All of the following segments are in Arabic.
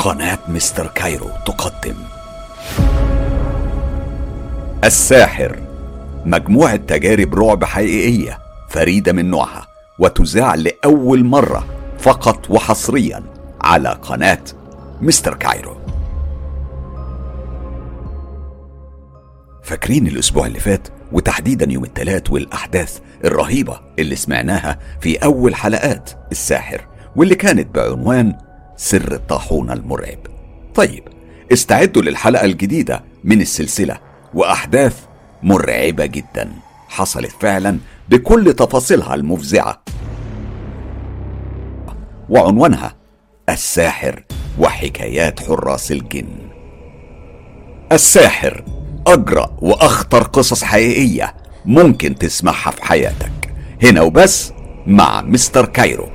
قناة مستر كايرو تقدم الساحر، مجموعة تجارب رعب حقيقية فريدة من نوعها، وتذاع لأول مرة فقط وحصريا على قناة مستر كايرو. فاكرين الأسبوع اللي فات وتحديدا يوم الثلاث والأحداث الرهيبة اللي سمعناها في أول حلقات الساحر، واللي كانت بعنوان سر الطاحونة المرعب؟ طيب استعدوا للحلقة الجديدة من السلسلة، وأحداث مرعبة جدا حصلت فعلا بكل تفاصيلها المفزعة، وعنوانها الساحر وحكايات حراس الجن. الساحر، أجرأ وأخطر قصص حقيقية ممكن تسمعها في حياتك، هنا وبس مع مستر كايرو.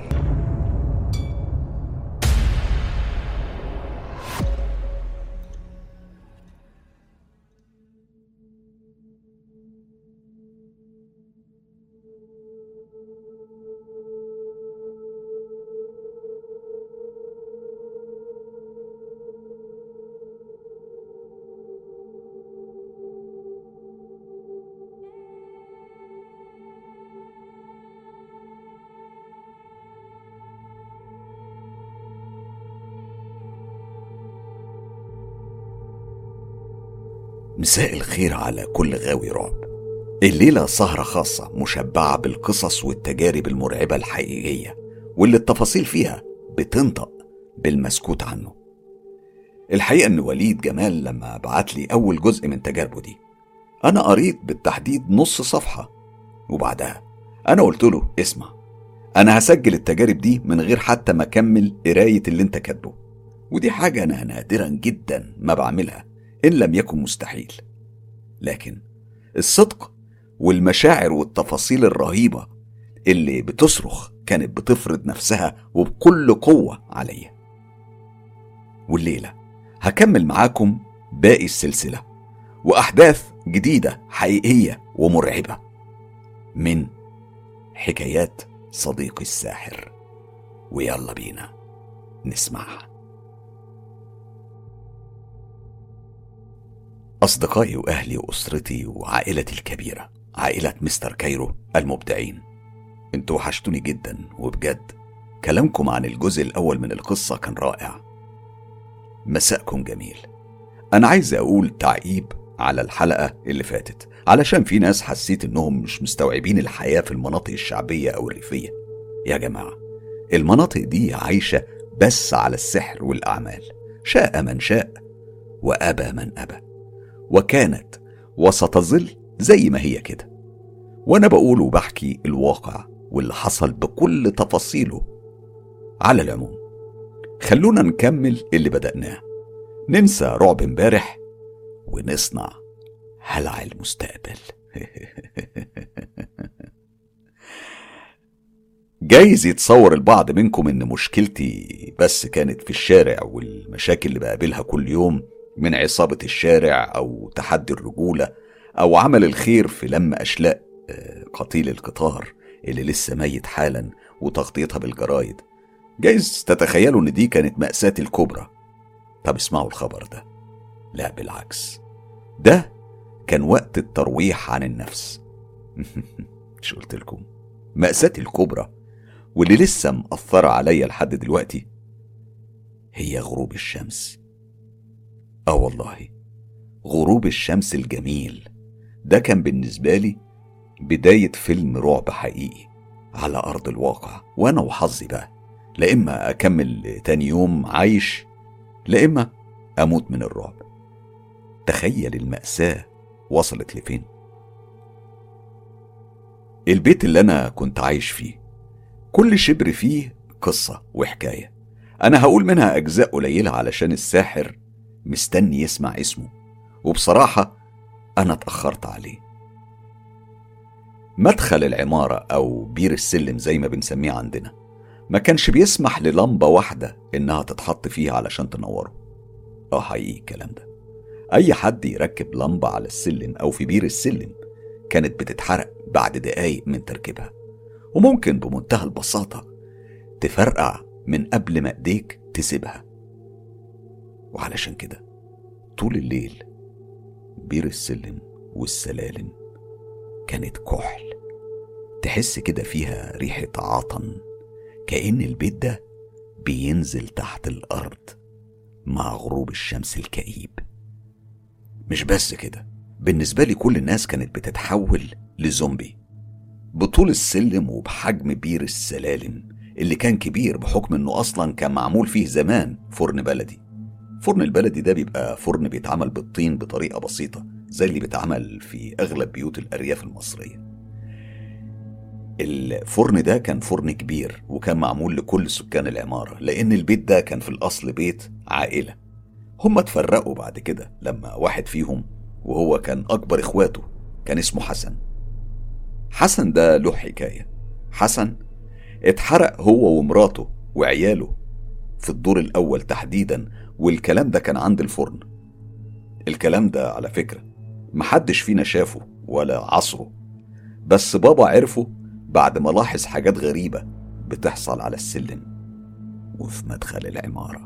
مساء الخير على كل غاوي رعب. الليلة سهرة خاصة مشبعة بالقصص والتجارب المرعبة الحقيقية، واللي التفاصيل فيها بتنطق بالمسكوت عنه. الحقيقة ان وليد جمال لما بعت لي اول جزء من تجاربه دي، انا قريت بالتحديد نص صفحة، وبعدها انا قلت له اسمع، انا هسجل التجارب دي من غير حتى ما اكمل قراية اللي انت كاتبه، ودي حاجة انا نادرا جدا ما بعملها إن لم يكن مستحيل. لكن الصدق والمشاعر والتفاصيل الرهيبة اللي بتصرخ كانت بتفرض نفسها وبكل قوة عليا. والليلة هكمل معاكم باقي السلسلة وأحداث جديدة حقيقية ومرعبة من حكايات صديقي الساحر، ويلا بينا نسمعها. أصدقائي وأهلي وأسرتي وعائلتي الكبيرة، عائلة مستر كايرو المبدعين، انتوا وحشتوني جدا، وبجد كلامكم عن الجزء الأول من القصة كان رائع. مساءكم جميل. أنا عايز أقول تعقيب على الحلقة اللي فاتت، علشان في ناس حسيت إنهم مش مستوعبين الحياة في المناطق الشعبية أو الريفية. يا جماعة، المناطق دي عايشة بس على السحر والأعمال، شاء من شاء وأبى من أبى، وكانت وستظل زي ما هي كده. وانا بقول وبحكي الواقع واللي حصل بكل تفاصيله. على العموم خلونا نكمل اللي بدأناه، ننسى رعب امبارح ونصنع هلع المستقبل. جايز يتصور البعض منكم ان مشكلتي بس كانت في الشارع والمشاكل اللي بقابلها كل يوم، من عصابة الشارع أو تحدي الرجولة أو عمل الخير في لم أشلاء قتيل القطار اللي لسه ميت حالا وتغطيتها بالجرايد. جايز تتخيلوا ان دي كانت مأساتي الكبرى. طب اسمعوا الخبر ده. لا بالعكس، ده كان وقت الترويح عن النفس. مش قلت لكم مأساتي الكبرى واللي لسه مأثرة عليا لحد دلوقتي هي غروب الشمس. والله غروب الشمس الجميل ده كان بالنسبة لي بداية فيلم رعب حقيقي على أرض الواقع، وأنا وحظي بقى، لا إما أكمل تاني يوم عايش، لا إما أموت من الرعب. تخيل المأساة وصلت لفين. البيت اللي أنا كنت عايش فيه كل شبر فيه قصة وحكاية، أنا هقول منها أجزاء قليلة علشان الساحر مستني يسمع اسمه، وبصراحة أنا اتأخرت عليه. مدخل العمارة أو بير السلم زي ما بنسميه عندنا ما كانش بيسمح للمبة واحدة إنها تتحط فيها علشان تنوره. حقيقي الكلام ده، أي حد يركب لمبة على السلم أو في بير السلم كانت بتتحرق بعد دقايق من تركيبها، وممكن بمنتهى البساطة تفرقع من قبل ما ايديك تسيبها. وعلشان كده طول الليل بير السلم والسلالم كانت كحل، تحس كده فيها ريحة عطن، كأن البيت ده بينزل تحت الأرض مع غروب الشمس الكئيب. مش بس كده، بالنسبة لي كل الناس كانت بتتحول لزومبي بطول السلم وبحجم بير السلالم اللي كان كبير بحكم انه اصلا كان معمول فيه زمان فرن بلدي. فرن البلدي ده بيبقى فرن بيتعمل بالطين بطريقة بسيطة زي اللي بيتعمل في اغلب بيوت الارياف المصرية. الفرن ده كان فرن كبير وكان معمول لكل سكان العمارة، لان البيت ده كان في الاصل بيت عائلة. هم اتفرقوا بعد كده لما واحد فيهم، وهو كان اكبر اخواته، كان اسمه حسن. حسن ده له حكاية. حسن اتحرق هو ومراته وعياله في الدور الأول تحديدا، والكلام ده كان عند الفرن. الكلام ده على فكرة محدش فينا شافه ولا عصره، بس بابا عرفه بعد ما لاحظ حاجات غريبة بتحصل على السلم وفي مدخل العمارة.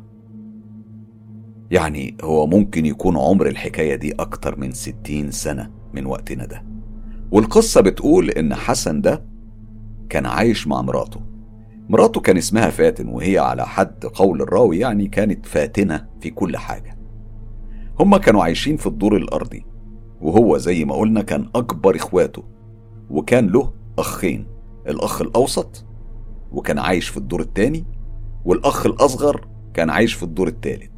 يعني هو ممكن يكون عمر الحكاية دي أكتر من 60 سنة من وقتنا ده. والقصة بتقول إن حسن ده كان عايش مع مراته كان اسمها فاتن، وهي على حد قول الراوي يعني كانت فاتنة في كل حاجة. هما كانوا عايشين في الدور الأرضي، وهو زي ما قلنا كان أكبر إخواته، وكان له أخين، الأخ الأوسط وكان عايش في الدور الثاني، والأخ الأصغر كان عايش في الدور الثالث.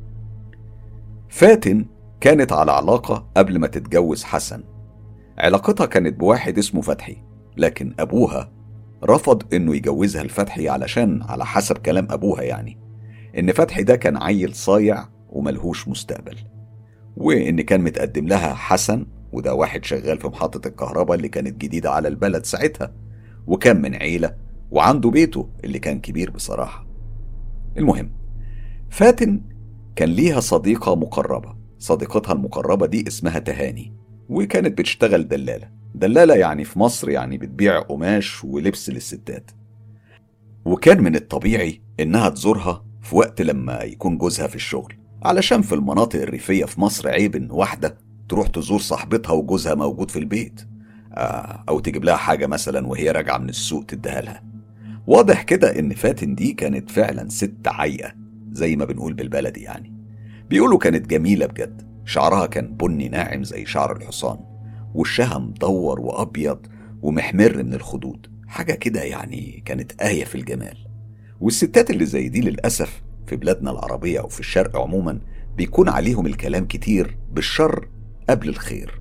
فاتن كانت على علاقة قبل ما تتجوز حسن. علاقتها كانت بواحد اسمه فتحي، لكن أبوها رفض إنه يجوزها لفتحي علشان على حسب كلام أبوها يعني إن فتحي ده كان عيل صايع وملهوش مستقبل، وإن كان متقدم لها حسن، وده واحد شغال في محطة الكهرباء اللي كانت جديدة على البلد ساعتها، وكان من عيلة وعنده بيته اللي كان كبير بصراحة. المهم، فاتن كان ليها صديقة مقربة. صديقتها المقربة دي اسمها تهاني، وكانت بتشتغل دلالة يعني في مصر يعني بتبيع قماش ولبس للستات. وكان من الطبيعي إنها تزورها في وقت لما يكون جوزها في الشغل، علشان في المناطق الريفية في مصر عيب إن واحدة تروح تزور صاحبتها وجوزها موجود في البيت، أو تجيب لها حاجة مثلا وهي راجعة من السوق تديها لها. واضح كده إن فاتن دي كانت فعلا ست عايقة زي ما بنقول بالبلدي يعني. بيقولوا كانت جميلة بجد، شعرها كان بني ناعم زي شعر الحصان، وشها مدور وأبيض ومحمر من الخدود، حاجة كده يعني كانت آية في الجمال. والستات اللي زي دي للأسف في بلادنا العربية أو في الشرق عموما بيكون عليهم الكلام كتير بالشر قبل الخير.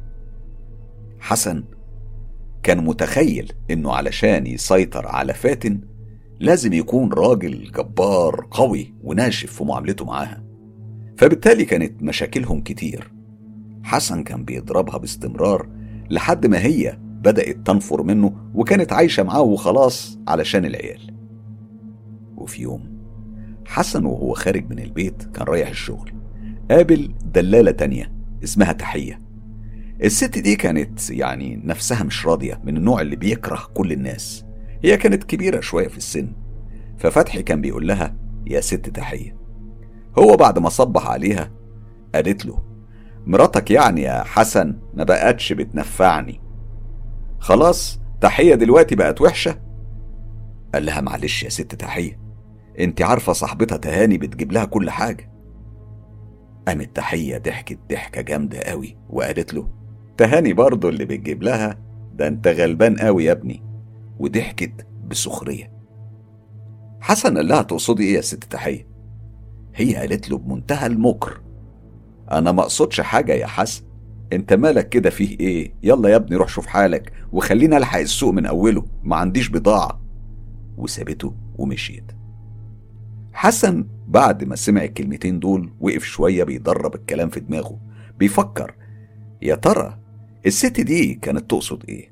حسن كان متخيل إنه علشان يسيطر على فاتن لازم يكون راجل جبار قوي وناشف في معاملته معاها، فبالتالي كانت مشاكلهم كتير. حسن كان بيضربها باستمرار لحد ما هي بدأت تنفر منه وكانت عايشة معاه وخلاص علشان العيال. وفي يوم حسن وهو خارج من البيت كان رايح الشغل، قابل دلالة تانية اسمها تحية. الست دي كانت يعني نفسها مش راضية، من النوع اللي بيكره كل الناس. هي كانت كبيرة شوية في السن، ففتحي كان بيقول لها يا ست تحية. هو بعد ما صبح عليها قالت له مراتك يعني يا حسن ما بقتش بتنفعني، خلاص تحية دلوقتي بقت وحشة. قال لها معلش يا ست تحية، انت عارفة صاحبتها تهاني بتجيب لها كل حاجة. قامت تحية ضحكت ضحكة جامدة قوي وقالت له تهاني برضو اللي بتجيب لها؟ ده انت غلبان قوي يا ابني. وضحكت بسخرية. حسن قال لها تقصدي ايه يا ست تحية؟ هي قالت له بمنتهى المكر انا ما اقصدش حاجة يا حسن، انت مالك كده فيه ايه؟ يلا يا ابني روح شوف حالك وخلينا الحق السوق من اوله، ما عنديش بضاعة. وسابته ومشيت. حسن بعد ما سمع الكلمتين دول وقف شوية بيدرب الكلام في دماغه، بيفكر يا ترى الست دي كانت تقصد ايه.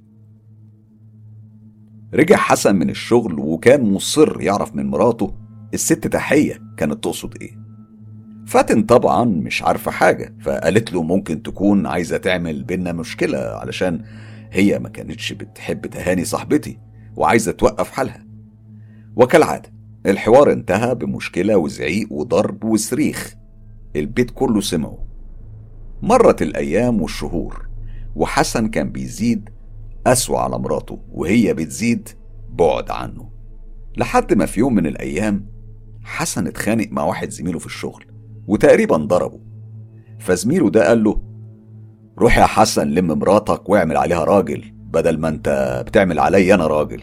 رجع حسن من الشغل وكان مصر يعرف من مراته الست تحية كانت تقصد ايه. فاتن طبعا مش عارفة حاجة، فقالت له ممكن تكون عايزة تعمل بينا مشكلة علشان هي ما كانتش بتحب تهاني صاحبتي وعايزة توقف حالها. وكالعادة الحوار انتهى بمشكلة وزعيق وضرب وصريخ. البيت كله سمعه. مرت الأيام والشهور، وحسن كان بيزيد قسوة على مراته، وهي بتزيد بعد عنه، لحد ما في يوم من الأيام حسن اتخانق مع واحد زميله في الشغل وتقريبا ضربه. فزميله ده قال له: روح يا حسن لم مراتك واعمل عليها راجل بدل ما انت بتعمل عليا انا راجل.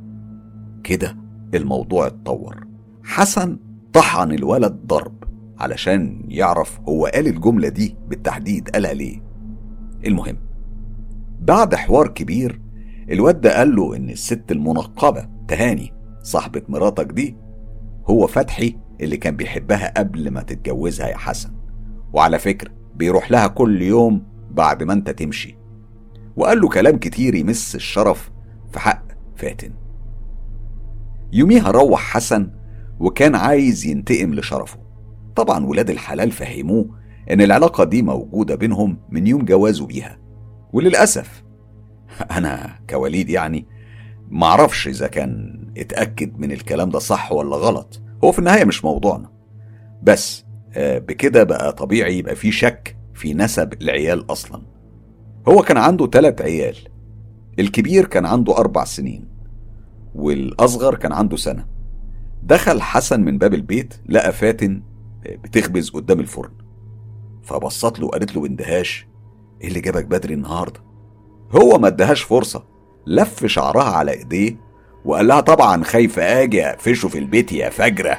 كده الموضوع اتطور. حسن طحن الولد ضرب علشان يعرف هو قال الجملة دي بالتحديد قالها ليه. المهم بعد حوار كبير الواد ده قال له ان الست المنقبة تهاني صاحبة مراتك دي هو فتحي اللي كان بيحبها قبل ما تتجوزها يا حسن، وعلى فكرة بيروح لها كل يوم بعد ما انت تمشي. وقال له كلام كتير يمس الشرف في حق فاتن. يوميها روح حسن وكان عايز ينتقم لشرفه. طبعا ولاد الحلال فهموه ان العلاقة دي موجودة بينهم من يوم جوازه بيها، وللأسف انا كوليد يعني معرفش اذا كان اتأكد من الكلام ده صح ولا غلط، هو في النهاية مش موضوعنا. بس بكده بقى طبيعي يبقى في شك في نسب العيال اصلا. هو كان عنده 3 عيال، الكبير كان عنده 4 سنين والاصغر كان عنده 1 سنة. دخل حسن من باب البيت لقى فاتن بتخبز قدام الفرن، فبصت له وقالت له باندهاش: ايه اللي جابك بدري النهارده؟ هو ما ادهاش فرصة، لف شعرها على ايديه وقال لها: طبعا خايفة اجي اقفشه في البيت يا فجرة.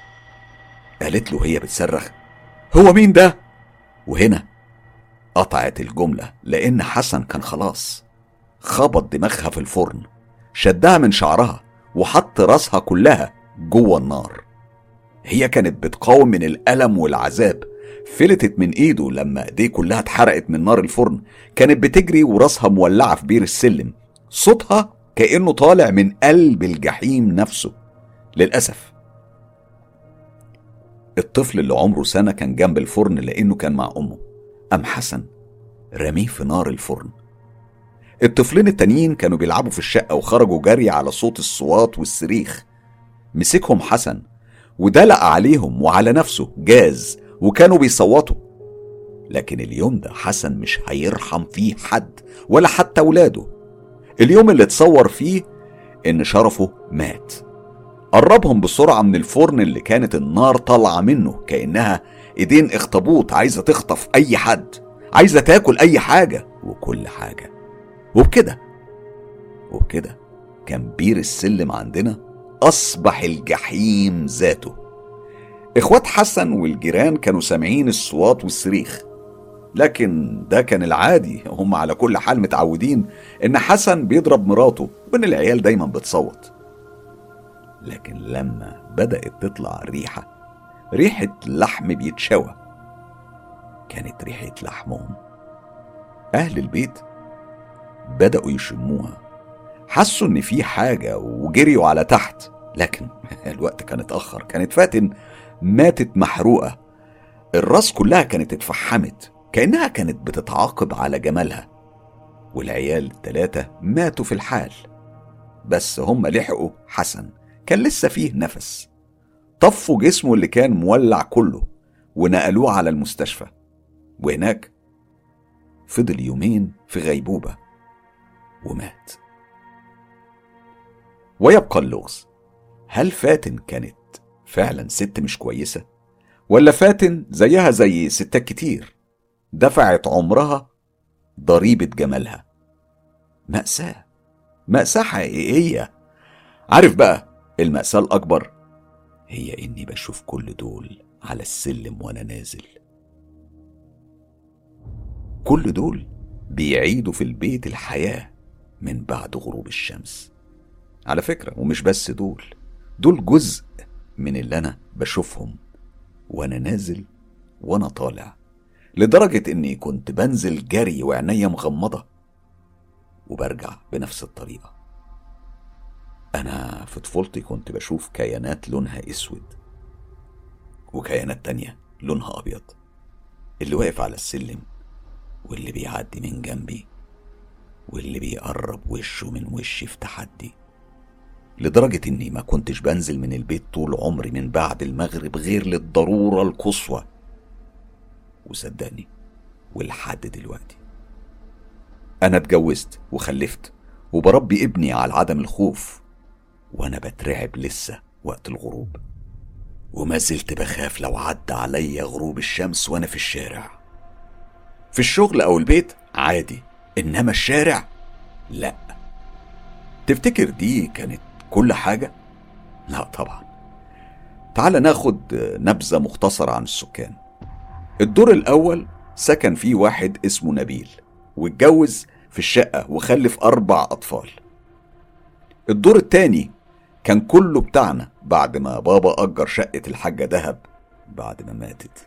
قالت له هي بتصرخ: هو مين ده؟ وهنا قطعت الجملة لان حسن كان خلاص خبط دماغها في الفرن، شدها من شعرها وحط راسها كلها جوه النار. هي كانت بتقاوم من الألم والعذاب، فلتت من ايده لما ايديه كلها اتحرقت من نار الفرن. كانت بتجري وراسها مولعة في بير السلم، صوتها كأنه طالع من قلب الجحيم نفسه. للأسف الطفل اللي عمره 1 سنة كان جنب الفرن لأنه كان مع أمه، أم حسن رميه في نار الفرن. الطفلين التانيين كانوا بيلعبوا في الشقة وخرجوا جري على صوت الصوات والصريخ. مسكهم حسن ودلق عليهم وعلى نفسه جاز وكانوا بيصوتوا. لكن اليوم ده حسن مش هيرحم فيه حد ولا حتى ولاده. اليوم اللي اتصور فيه ان شرفه مات. قربهم بسرعة من الفرن اللي كانت النار طالعة منه كأنها ايدين اخطبوط عايزة تخطف اي حد، عايزة تاكل اي حاجة وكل حاجة. وبكده كان بير السلم عندنا أصبح الجحيم ذاته. إخوات حسن والجيران كانوا سامعين الصوات والصريخ، لكن ده كان العادي، هم على كل حال متعودين إن حسن بيضرب مراته وإن العيال دايما بتصوت. لكن لما بدأت تطلع ريحة لحم بيتشوى، كانت ريحة لحمهم. أهل البيت بدأوا يشموها، حسوا ان في حاجة وجريوا على تحت، لكن الوقت كان اتأخر. كانت فاتن ماتت محروقة، الراس كلها كانت اتفحمت كأنها كانت بتتعاقب على جمالها، والعيال ال3 ماتوا في الحال. بس هم لحقوا حسن، كان لسه فيه نفس، طفوا جسمه اللي كان مولع كله ونقلوه على المستشفى، وهناك فضل 2 يوم في غيبوبة ومات. ويبقى اللغز: هل فاتن كانت فعلا ست مش كويسة، ولا فاتن زيها زي ستات كتير دفعت عمرها ضريبة جمالها؟ مأساة حقيقية. عارف بقى المأساة الأكبر هي إني بشوف كل دول على السلم وأنا نازل، كل دول بيعيدوا في البيت الحياة من بعد غروب الشمس. على فكرة ومش بس دول جزء من اللي أنا بشوفهم وأنا نازل وأنا طالع، لدرجة إني كنت بنزل جري وعينيا مغمضة وبرجع بنفس الطريقة. أنا في طفولتي كنت بشوف كيانات لونها أسود وكيانات تانية لونها أبيض، اللي واقف على السلم واللي بيعدي من جنبي واللي بيقرب وشه من وشي في تحدي، لدرجة إني ما كنتش بنزل من البيت طول عمري من بعد المغرب غير للضرورة القصوى. وصدقني ولحد دلوقتي أنا اتجوزت وخلفت وبربي ابني على عدم الخوف، وأنا بترعب لسه وقت الغروب، وما زلت بخاف لو عدى عليا غروب الشمس وأنا في الشارع. في الشغل أو البيت عادي، إنما الشارع لأ. تفتكر دي كانت كل حاجة؟ لا طبعا. تعال ناخد نبذة مختصرة عن السكان. الدور الأول سكن فيه واحد اسمه نبيل، واتجوز في الشقة وخلف 4 أطفال. الدور التاني كان كله بتاعنا بعد ما بابا أجر شقة الحاجة دهب بعد ما ماتت.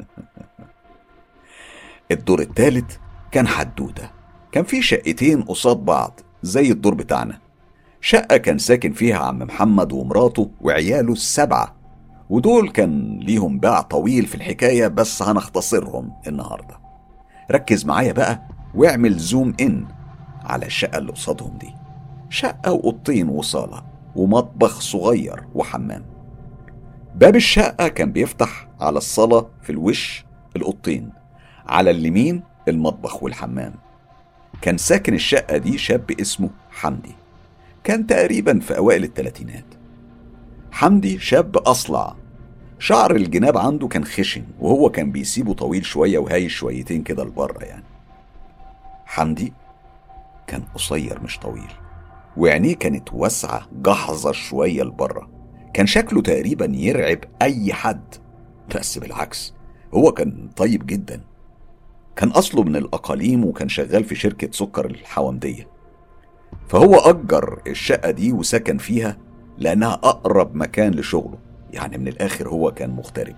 الدور التالت كان حدودة، كان فيه شقتين قصاد بعض زي الدور بتاعنا. شقة كان ساكن فيها عم محمد ومراته وعياله 7، ودول كان ليهم باع طويل في الحكاية بس هنختصرهم النهاردة. ركز معايا بقى واعمل زوم إن على الشقة اللي قصادهم دي. شقة وأوضتين وصالة ومطبخ صغير وحمام. باب الشقة كان بيفتح على الصالة في الوش، الأوضتين على اليمين المطبخ والحمام. كان ساكن الشقة دي شاب اسمه حمدي، كان تقريبا في أوائل الثلاثينات. حمدي شاب أصلع، شعر الجناب عنده كان خشن وهو كان بيسيبه طويل شوية وهايش شويتين كده لبره يعني. حمدي كان قصير مش طويل، وعينيه كانت واسعة جحظة شوية لبره. كان شكله تقريبا يرعب أي حد، بس بالعكس هو كان طيب جدا. كان أصله من الأقاليم وكان شغال في شركة سكر الحومدية، فهو أجر الشقة دي وسكن فيها لأنها أقرب مكان لشغله. يعني من الآخر هو كان مغترب.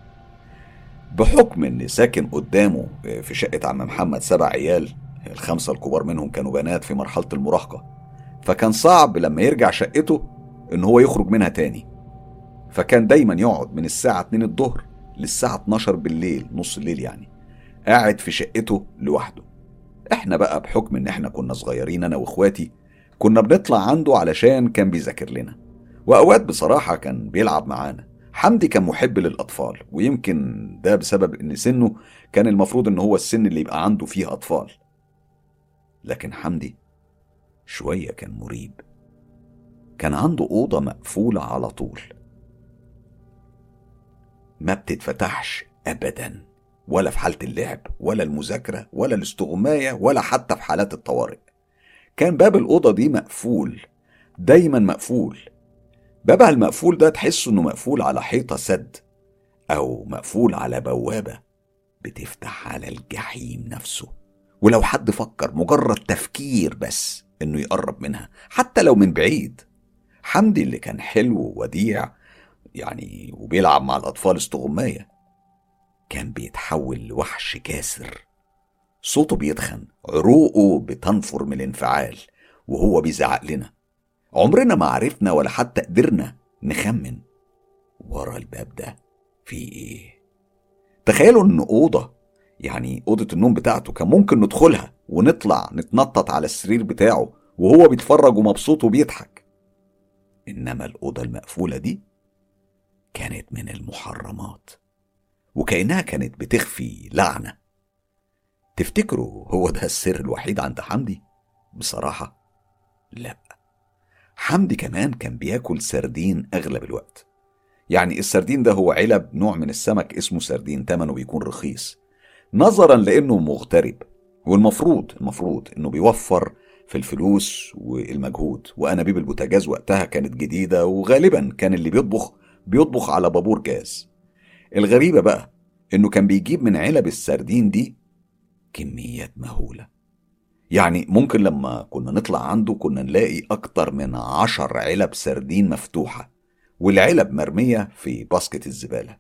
بحكم أن ساكن قدامه في شقة عم محمد 7 عيال، 5 الكبار منهم كانوا بنات في مرحلة المراهقة، فكان صعب لما يرجع شقته ان هو يخرج منها تاني. فكان دايما يقعد من الساعة 2 الظهر للساعة 12 بالليل، نص الليل يعني، قاعد في شقته لوحده. احنا بقى بحكم ان احنا كنا صغيرين انا واخواتي كنا بنطلع عنده علشان كان بيذاكر لنا، واوقات بصراحة كان بيلعب معانا. حمدي كان محب للاطفال، ويمكن ده بسبب ان سنه كان المفروض ان هو السن اللي يبقى عنده فيه اطفال. لكن حمدي شوية كان مريب. كان عنده أوضة مقفولة على طول، ما بتتفتحش أبدا، ولا في حالة اللعب ولا المذاكرة ولا الاستغماية ولا حتى في حالات الطوارئ. كان باب الأوضة دي مقفول، دايما مقفول. بابها المقفول ده تحس إنه مقفول على حيطة سد، أو مقفول على بوابة بتفتح على الجحيم نفسه. ولو حد فكر مجرد تفكير بس إنه يقرب منها حتى لو من بعيد، حمدي اللي كان حلو ووديع يعني وبيلعب مع الأطفال استغماية، كان بيتحول لوحش كاسر. صوته بيتخن، عروقه بتنفر من الانفعال وهو بيزعق لنا. عمرنا ما عرفنا ولا حتى قدرنا نخمن ورا الباب ده في ايه. تخيلوا ان أوضة، يعني أوضة النوم بتاعته، كان ممكن ندخلها ونطلع نتنطط على السرير بتاعه وهو بيتفرج ومبسوط وبيضحك. إنما الأوضة المقفولة دي كانت من المحرمات، وكأنها كانت بتخفي لعنة. تفتكروا هو ده السر الوحيد عند حمدي؟ بصراحة لا. حمدي كمان كان بياكل سردين أغلب الوقت. يعني السردين ده هو علب نوع من السمك اسمه سردين، تمنه بيكون رخيص نظرا لأنه مغترب، والمفروض إنه بيوفر في الفلوس والمجهود. وأنابيب البوتاجاز وقتها كانت جديدة، وغالبا كان اللي بيطبخ على بابور جاز. الغريبة بقى إنه كان بيجيب من علب السردين دي كميات مهولة. يعني ممكن لما كنا نطلع عنده كنا نلاقي أكتر من 10 علب سردين مفتوحة، والعلب مرمية في باسكت الزبالة.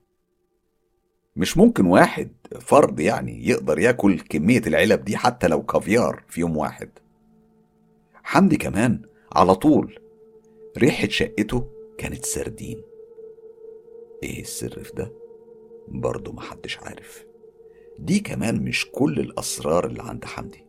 مش ممكن واحد فرد يعني يقدر ياكل كمية العلب دي حتى لو كافيار في يوم واحد. حمدي كمان على طول ريحة شقته كانت سردين. ايه السر في ده؟ برضو محدش عارف. دي كمان مش كل الأسرار اللي عند حمدي.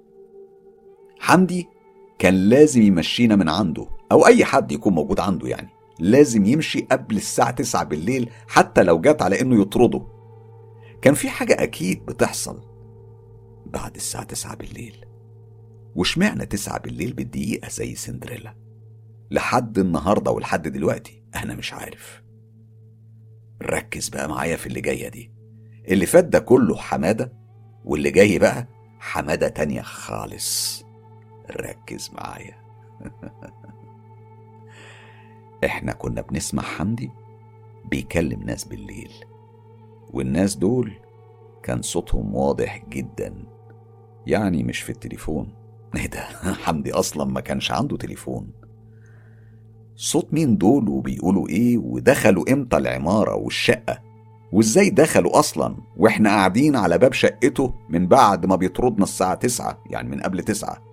حمدي كان لازم يمشينا من عنده، أو أي حد يكون موجود عنده، يعني لازم يمشي قبل الساعة 9 بالليل حتى لو جات على إنه يطرده. كان في حاجة أكيد بتحصل بعد الساعة 9 بالليل. وشمعنا 9 بالليل بالدقيقة زي سندريلا؟ لحد النهاردة ولحد دلوقتي أنا مش عارف. ركز بقى معايا في اللي جاية دي. اللي فات ده كله حمادة، واللي جاي بقى حمادة تانية خالص. ركز معايا. احنا كنا بنسمع حمدي بيكلم ناس بالليل، والناس دول كان صوتهم واضح جدا، يعني مش في التليفون. ايه ده؟ حمدي اصلا ما كانش عنده تليفون. صوت مين دول وبيقولوا ايه ودخلوا امتى العمارة والشقة، وازاي دخلوا اصلا واحنا قاعدين على باب شقته من بعد ما بيطردنا الساعة 9، يعني من قبل 9.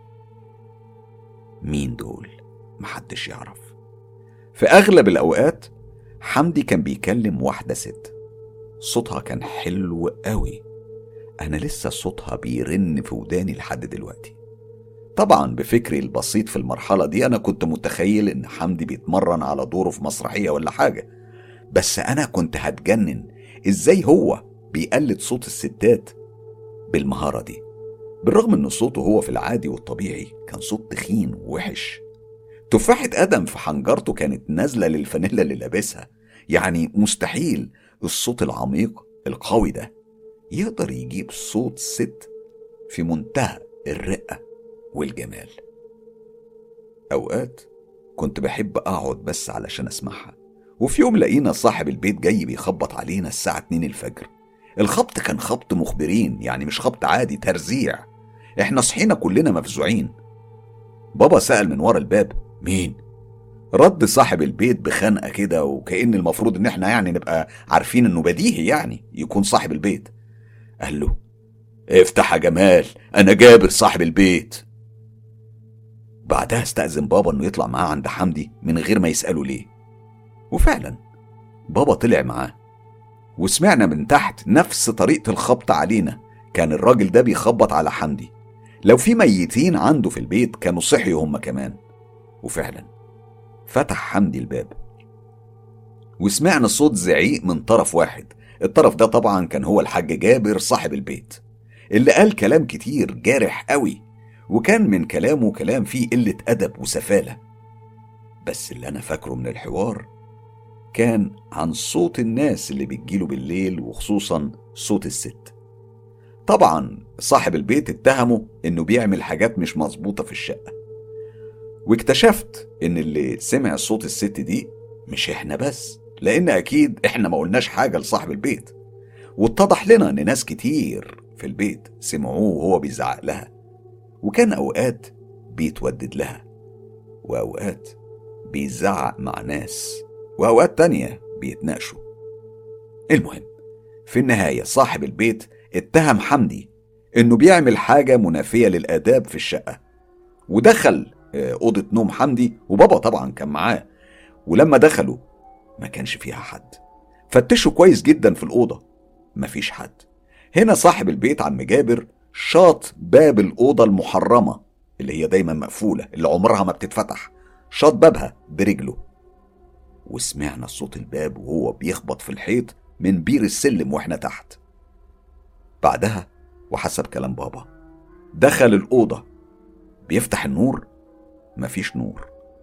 مين دول؟ محدش يعرف. في اغلب الاوقات حمدي كان بيكلم واحدة ست، صوتها كان حلو قوي، انا لسه صوتها بيرن في وداني لحد دلوقتي. طبعا بفكري البسيط في المرحلة دي انا كنت متخيل ان حمدي بيتمرن على دوره في مسرحية ولا حاجة، بس انا كنت هتجنن ازاي هو بيقلد صوت الستات بالمهارة دي، بالرغم ان صوته هو في العادي والطبيعي كان صوت تخين ووحش. تفاحة ادم في حنجرته كانت نازلة للفانيلا اللي لابسها، يعني مستحيل الصوت العميق القوي ده يقدر يجيب صوت ست في منتهى الرقة والجمال. اوقات كنت بحب اقعد بس علشان اسمعها. وفي يوم لقينا صاحب البيت جاي بيخبط علينا الساعة 2 الفجر. الخبط كان خبط مخبرين، يعني مش خبط عادي، ترزيع. احنا صحينا كلنا مفزوعين. بابا سأل من ورا الباب: مين؟ رد صاحب البيت بخنقة كده، وكأن المفروض ان احنا يعني نبقى عارفين انه بديهي يعني يكون صاحب البيت. قال له: افتح يا جمال، انا جابر صاحب البيت. بعدها استأذن بابا انه يطلع معاه عند حمدي من غير ما يسأله ليه. وفعلا بابا طلع معاه، وسمعنا من تحت نفس طريقة الخبط علينا. كان الراجل ده بيخبط على حمدي، لو في ميتين عنده في البيت كانوا صحيوا هم كمان. وفعلا فتح حمدي الباب، وسمعنا صوت زعيق من طرف واحد. الطرف ده طبعا كان هو الحاج جابر صاحب البيت، اللي قال كلام كتير جارح قوي، وكان من كلامه كلام فيه قلة أدب وسفالة. بس اللي أنا فاكره من الحوار كان عن صوت الناس اللي بتجيله بالليل، وخصوصا صوت الست. طبعا صاحب البيت اتهمه انه بيعمل حاجات مش مظبوطة في الشقة، واكتشفت ان اللي سمع صوت الست دي مش احنا بس، لان اكيد احنا ما قلناش حاجة لصاحب البيت. واتضح لنا ان ناس كتير في البيت سمعوه وهو بيزعق لها، وكان اوقات بيتودد لها، واوقات بيزعق مع ناس، واوقات تانية بيتناقشوا. المهم في النهاية صاحب البيت اتهم حمدي انه بيعمل حاجة منافية للآداب في الشقة، ودخل أوضة نوم حمدي، وبابا طبعا كان معاه. ولما دخلوا ما كانش فيها حد. فتشوا كويس جدا في الأوضة، مفيش حد. هنا صاحب البيت عم جابر شاط باب الأوضة المحرمة اللي هي دايما مقفولة، اللي عمرها ما بتتفتح، شاط بابها برجله. وسمعنا صوت الباب وهو بيخبط في الحيط من بير السلم واحنا تحت. بعدها وحسب كلام بابا دخل الأوضة بيفتح النور، مفيش نور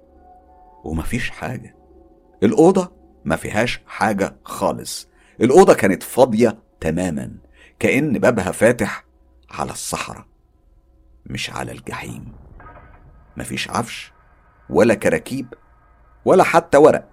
ومفيش حاجة. الأوضة ما فيهاش حاجة خالص. الأوضة كانت فاضية تماما، كأن بابها فاتح على الصحراء مش على الجحيم. مفيش عفش ولا كراكيب ولا حتى ورق.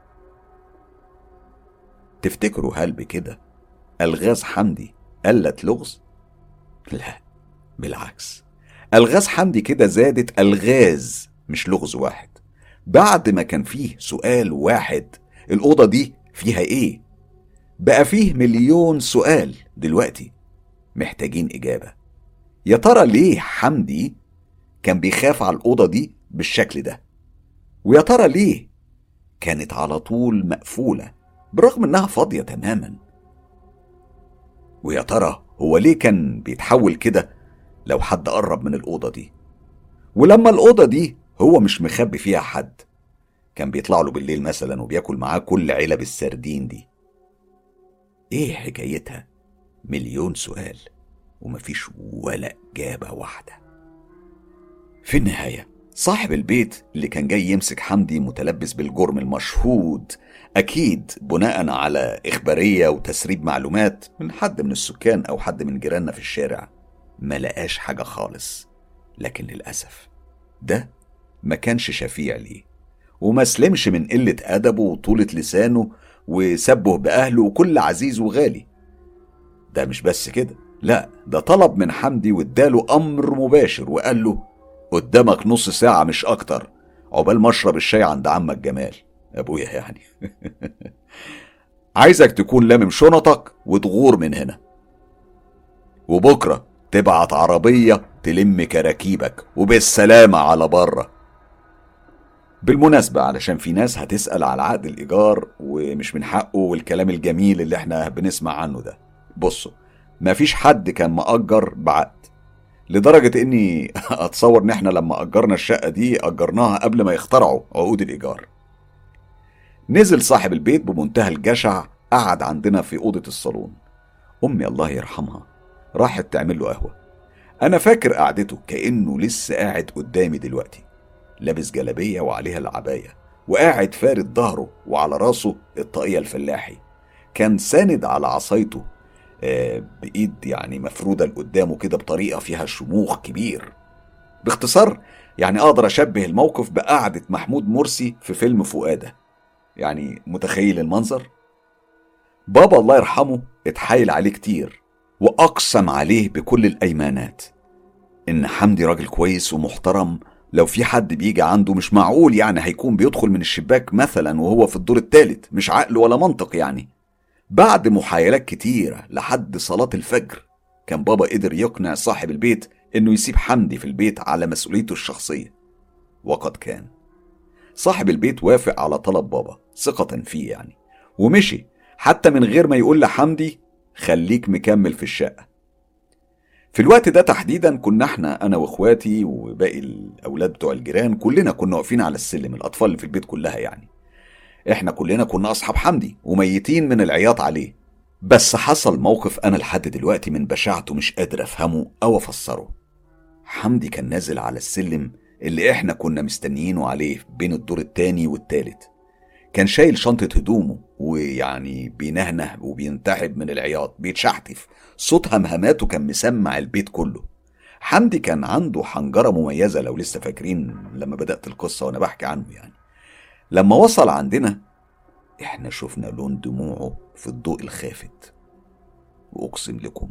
تفتكروا هل بكده ألغاز حمدي قلت لغز؟ لا بالعكس، ألغاز حمدي كده زادت ألغاز مش لغز واحد. بعد ما كان فيه سؤال واحد، الأوضة دي فيها إيه، بقى فيه مليون سؤال دلوقتي محتاجين إجابة. يا ترى ليه حمدي كان بيخاف على الأوضة دي بالشكل ده؟ ويا ترى ليه كانت على طول مقفولة برغم إنها فاضية تماما؟ ويا ترى هو ليه كان بيتحول كده لو حد قرب من الأوضة دي؟ ولما الأوضة دي هو مش مخبي فيها حد، كان بيطلع له بالليل مثلا وبياكل معاه كل علب السردين دي، ايه حكايتها؟ مليون سؤال ومفيش ولا إجابة واحدة. في النهاية صاحب البيت اللي كان جاي يمسك حمدي متلبس بالجرم المشهود، أكيد بناء على إخبارية وتسريب معلومات من حد من السكان أو حد من جيراننا في الشارع، ما لقاش حاجة خالص. لكن للأسف ده ما كانش شفيع ليه، وما سلمش من قلة أدبه وطولة لسانه وسبه بأهله وكل عزيز وغالي. ده مش بس كده، لا، ده طلب من حمدي واداله أمر مباشر وقال له قدامك نص ساعة مش أكتر عقبال ما اشرب الشاي عند عمك جمال أبويا يعني عايزك تكون لامم شنطك وتغور من هنا، وبكرة تبعت عربية تلم كراكيبك وبالسلامة على بره. بالمناسبة علشان في ناس هتسأل على عقد الإيجار ومش من حقه والكلام الجميل اللي احنا بنسمع عنه ده، بصوا مفيش حد كان مأجر بعقد، لدرجة اني اتصور ان احنا لما اجرنا الشقة دي اجرناها قبل ما يخترعوا عقود الإيجار. نزل صاحب البيت بمنتهى الجشع، قعد عندنا في أوضة الصالون. أمي الله يرحمها راحت تعمل له قهوة. أنا فاكر قعدته كأنه لسه قاعد قدامي دلوقتي، لابس جلابية وعليها العباية وقاعد فارد ظهره وعلى راسه الطاقية الفلاحي، كان ساند على عصايته بإيد يعني مفرودة لقدامه كده بطريقة فيها شموخ كبير. باختصار يعني أقدر أشبه الموقف بقعدة محمود مرسي في فيلم فؤادة. يعني متخيل المنظر؟ بابا الله يرحمه اتحايل عليه كتير وأقسم عليه بكل الأيمانات إن حمدي راجل كويس ومحترم، لو في حد بيجي عنده مش معقول يعني هيكون بيدخل من الشباك مثلا وهو في الدور الثالث، مش عقل ولا منطق يعني. بعد محايلات كتيرة لحد صلاة الفجر كان بابا قدر يقنع صاحب البيت إنه يسيب حمدي في البيت على مسؤوليته الشخصية، وقد كان. صاحب البيت وافق على طلب بابا ثقة فيه يعني، ومشي حتى من غير ما يقول لحمدي خليك مكمل في الشقة. في الوقت ده تحديدا كنا انا واخواتي وباقي الاولاد بتوع الجيران كلنا كنا واقفين على السلم، الاطفال اللي في البيت كلها يعني. احنا كلنا كنا اصحاب حمدي وميتين من العياط عليه. بس حصل موقف انا لحد دلوقتي من بشاعته مش قادر افهمه او افسره. حمدي كان نازل على السلم اللي احنا كنا مستنيينه عليه بين الدور التاني والتالت، كان شايل شنطة هدومه ويعني بينهنه وبينتحب من العياط، بيتشحتف، صوت همهماته كان مسمع البيت كله. حمدي كان عنده حنجرة مميزة لو لسه فاكرين لما بدأت القصة وانا بحكي عنه يعني. لما وصل عندنا احنا شفنا لون دموعه في الضوء الخافت، واقسم لكم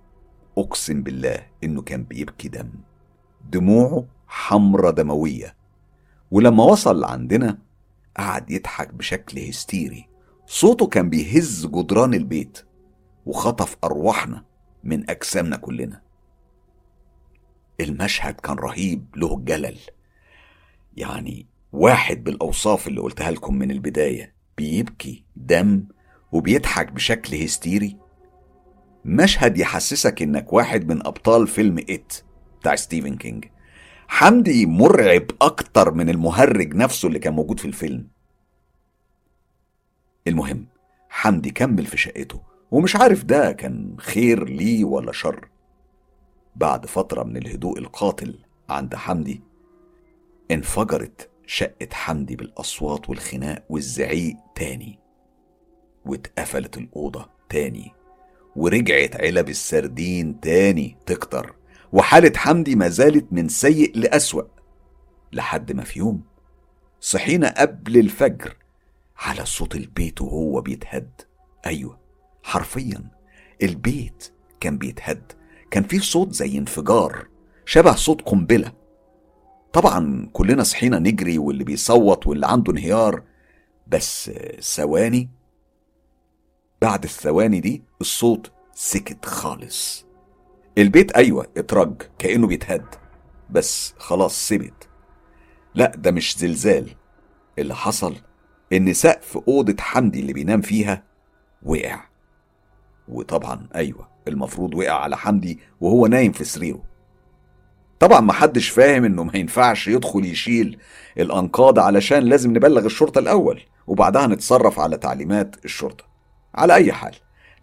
اقسم بالله انه كان بيبكي دم، دموعه حمرة دموية. ولما وصل عندنا قعد يضحك بشكل هستيري، صوته كان بيهز جدران البيت وخطف أرواحنا من أجسامنا كلنا. المشهد كان رهيب له الجلل، يعني واحد بالأوصاف اللي قلتها لكم من البداية بيبكي دم وبيضحك بشكل هستيري. مشهد يحسسك إنك واحد من أبطال فيلم إت بتاع ستيفن كينج. حمدي مرعب أكتر من المهرج نفسه اللي كان موجود في الفيلم. المهم حمدي كمل في شقته ومش عارف ده كان خير ليه ولا شر. بعد فترة من الهدوء القاتل عند حمدي انفجرت شقة حمدي بالأصوات والخناق والزعيق تاني، واتقفلت الأوضة تاني، ورجعت علب السردين تاني تكتر، وحالة حمدي ما زالت من سيء لأسوأ. لحد ما في يوم صحينا قبل الفجر على صوت البيت وهو بيتهد. أيوة حرفيا البيت كان بيتهد، كان فيه صوت زي انفجار شبه صوت قنبلة. طبعا كلنا صحينا نجري واللي بيصوت واللي عنده انهيار، بس ثواني بعد الثواني دي الصوت سكت خالص. البيت أيوة اترج كأنه بيتهد، بس خلاص ثبت. لا ده مش زلزال، اللي حصل ان سقف أوضة حمدي اللي بينام فيها وقع. وطبعا أيوة المفروض وقع على حمدي وهو نايم في سريره. طبعا محدش فاهم انه ما ينفعش يدخل يشيل الأنقاض علشان لازم نبلغ الشرطة الأول وبعدها نتصرف على تعليمات الشرطة. على أي حال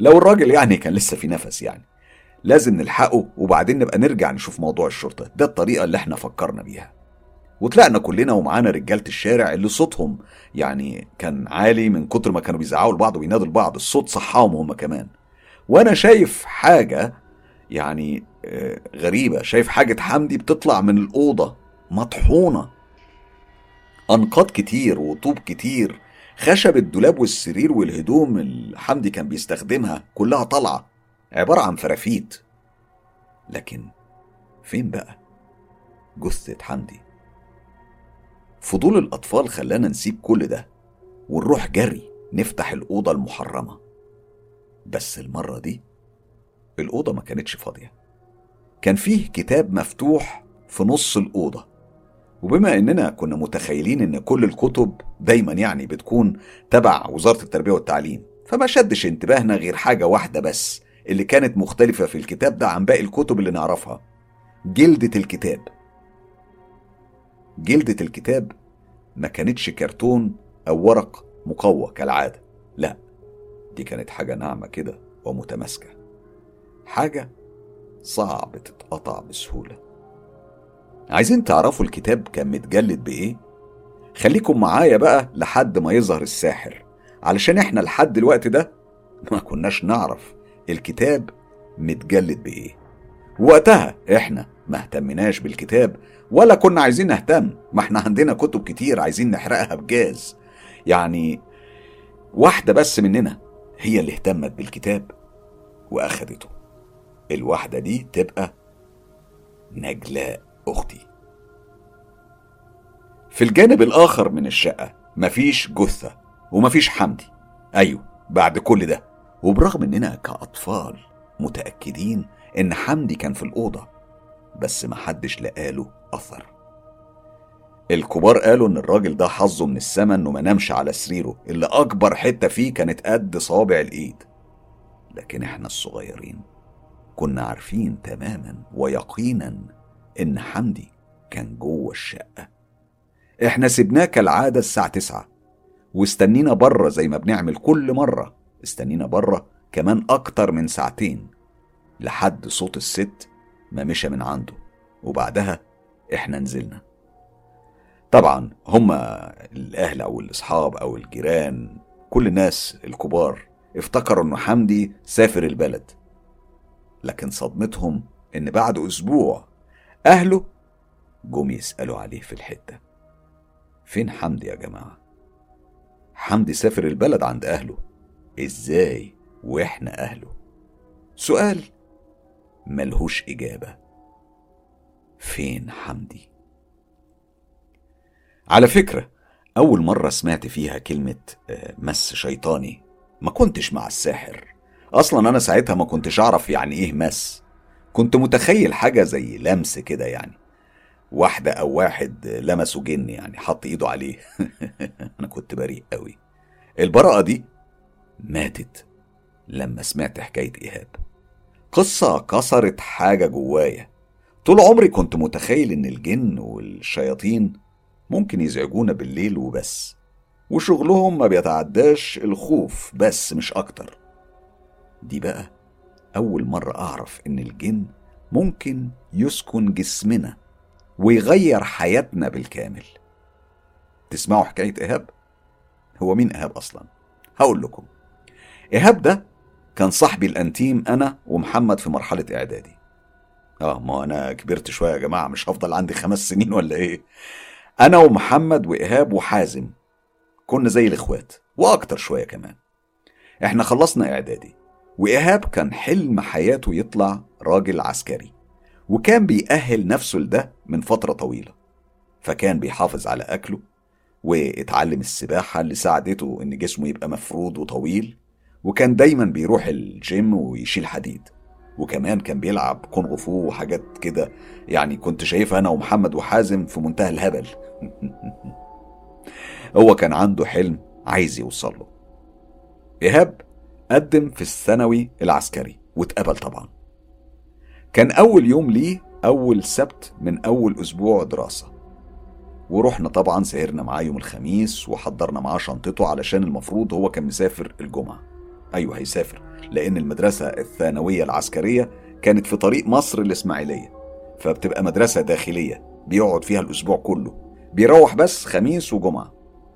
لو الراجل يعني كان لسه في نفس يعني. لازم نلحقه وبعدين نبقى نرجع نشوف موضوع الشرطة. ده الطريقة اللي احنا فكرنا بيها. وطلعنا كلنا ومعانا رجالة الشارع اللي صوتهم يعني كان عالي من كتر ما كانوا بيزعقوا لبعض وينادوا لبعض. الصوت صحاهم هم كمان. وانا شايف حاجة يعني غريبة. شايف حاجة حمدي بتطلع من الأوضة مطحونة، أنقاض كتير وطوب كتير، خشب الدولاب والسرير والهدوم اللي حمدي كان بيستخدمها كلها طالعة عبارة عن فرافيت. لكن فين بقى جثة حمدي؟ فضول الأطفال خلانا نسيب كل ده ونروح جري نفتح الأوضة المحرمة. بس المرة دي الأوضة ما كانتش فاضية. كان فيه كتاب مفتوح في نص الأوضة. وبما إننا كنا متخيلين إن كل الكتب دايما يعني بتكون تبع وزارة التربية والتعليم، فما شدش انتباهنا غير حاجة واحدة بس اللي كانت مختلفة في الكتاب ده عن باقي الكتب اللي نعرفها: جلدة الكتاب. جلدة الكتاب ما كانتش كرتون أو ورق مقوى كالعادة، لا، دي كانت حاجة ناعمة كده ومتماسكة، حاجة صعب تتقطع بسهولة. عايزين تعرفوا الكتاب كان متجلد بإيه؟ خليكم معايا بقى لحد ما يظهر الساحر، علشان احنا لحد الوقت ده ما كناش نعرف الكتاب متجلد بإيه. وقتها احنا ما اهتمناش بالكتاب ولا كنا عايزين نهتم، ما احنا عندنا كتب كتير عايزين نحرقها بجاز. يعني واحدة بس مننا هي اللي اهتمت بالكتاب واخدته. الواحدة دي تبقى نجلاء أختي. في الجانب الآخر من الشقة مفيش جثة ومفيش حمدي. أيوه، بعد كل ده وبرغم إننا كأطفال متأكدين إن حمدي كان في الأوضة، بس محدش لقاله أثر. الكبار قالوا إن الراجل ده حظه من السما إنه ما نامش على سريره اللي أكبر حتة فيه كانت قد صوابع الإيد. لكن إحنا الصغيرين كنا عارفين تماما ويقينا إن حمدي كان جوه الشقة. إحنا سبناه كالعادة الساعة 9 واستنينا بره زي ما بنعمل كل مرة. استنينا بره كمان أكتر من ساعتين لحد صوت الست ما مشى من عنده، وبعدها إحنا نزلنا. طبعا هما الأهل أو الأصحاب أو الجيران كل الناس الكبار افتكروا إنه حمدي سافر البلد، لكن صدمتهم إن بعد أسبوع أهله جم يسألوا عليه في الحتة. فين حمدي يا جماعة؟ حمدي سافر البلد عند أهله إزاي وإحنا أهله؟ سؤال ملهوش إجابة. فين حمدي؟ على فكرة أول مرة سمعت فيها كلمة مس شيطاني ما كنتش مع الساحر أصلا. أنا ساعتها ما كنتش أعرف يعني إيه مس. كنت متخيل حاجة زي لمس كده، يعني واحدة أو واحد لمسوا جن يعني حط إيده عليه. أنا كنت بريء قوي. البراءة دي ماتت لما سمعت حكاية إيهاب. قصة كسرت حاجة جوايا. طول عمري كنت متخيل إن الجن والشياطين ممكن يزعجونا بالليل وبس، وشغلهم ما بيتعداش الخوف بس مش أكتر. دي بقى أول مرة أعرف إن الجن ممكن يسكن جسمنا ويغير حياتنا بالكامل. تسمعوا حكاية إيهاب؟ هو مين إيهاب أصلا؟ هقول لكم. إيهاب ده كان صاحبي الأنتيم أنا ومحمد في مرحلة إعدادي. ما أنا كبرت شوية يا جماعة، مش هفضل عندي 5 سنين ولا إيه؟ أنا ومحمد وإيهاب وحازم كنا زي الإخوات وأكتر شوية كمان. إحنا خلصنا إعدادي وإيهاب كان حلم حياته يطلع راجل عسكري، وكان بيأهل نفسه لده من فترة طويلة. فكان بيحافظ على أكله واتعلم السباحة اللي ساعدته إن جسمه يبقى مفرود وطويل، وكان دايما بيروح الجيم ويشيل حديد، وكمان كان بيلعب كونغ فو وحاجات كده. يعني كنت شايفها أنا ومحمد وحازم في منتهى الهبل. هو كان عنده حلم عايز يوصله. إيهاب قدم في الثانوي العسكري واتقبل طبعا. كان أول يوم ليه أول سبت من أول أسبوع دراسة، ورحنا طبعا سهرنا معاه يوم الخميس وحضرنا معاه شنطته علشان المفروض هو كان مسافر الجمعة. أيوه هيسافر، لأن المدرسة الثانوية العسكرية كانت في طريق مصر الإسماعيلية، فبتبقى مدرسة داخلية بيقعد فيها الأسبوع كله، بيروح بس خميس وجمعة.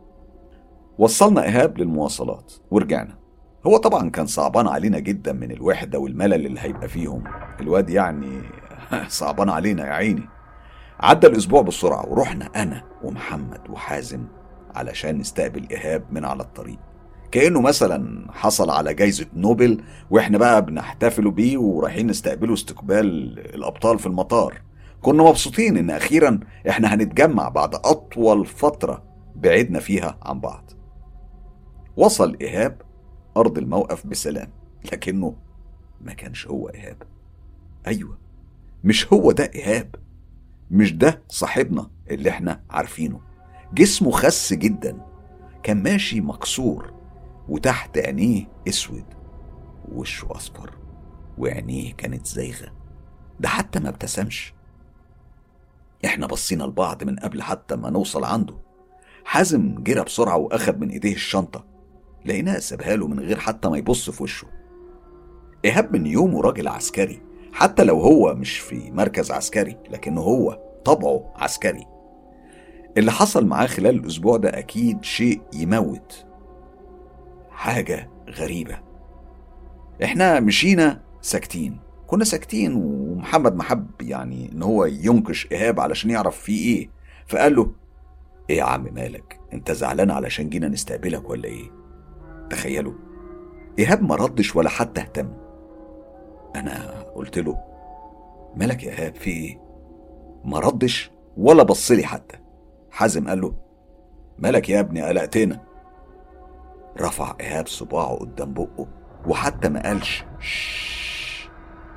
وصلنا إيهاب للمواصلات ورجعنا. هو طبعا كان صعبان علينا جدا من الوحدة والملل اللي هيبقى فيهم الواد يعني صعبان علينا يا عيني. عدى الأسبوع بسرعة ورحنا أنا ومحمد وحازم علشان نستقبل إيهاب من على الطريق، كأنه مثلا حصل على جايزة نوبل، وإحنا بقى بنحتفلوا بيه ورايحين نستقبله استقبال الأبطال في المطار. كنا مبسوطين إن أخيرا إحنا هنتجمع بعد أطول فترة بعدنا فيها عن بعض. وصل إيهاب أرض الموقف بسلام، لكنه ما كانش هو إيهاب. أيوة، مش هو ده إيهاب، مش ده صاحبنا اللي احنا عارفينه. جسمه خس جدا، كان ماشي مكسور، وتحت عينيه اسود، ووشه اصفر، وعينيه كانت زايغه، ده حتى ما ابتسمش. احنا بصينا لبعض من قبل حتى ما نوصل عنده. حازم جرى بسرعه واخد من ايديه الشنطه، لقيناه سابها له من غير حتى ما يبص في وشه. ايهاب من يومه راجل عسكري، حتى لو هو مش في مركز عسكري لكنه هو طبعه عسكري. اللي حصل معاه خلال الأسبوع ده أكيد شيء يموت، حاجة غريبة. احنا مشينا ساكتين، كنا ساكتين، ومحمد محب يعني ان هو ينكش إيهاب علشان يعرف فيه ايه، فقال له: ايه يا عم مالك، انت زعلان علشان جينا نستقبلك ولا ايه؟ تخيلوا، إيهاب ما ردش ولا حتى اهتم. انا قلت له: مالك يا إيهاب في ايه؟ ما ردش ولا بصلي حتى. حازم قال له: مالك يا ابني قلقتنا. رفع إيهاب صباعه قدام بقه وحتى ما قالش شش.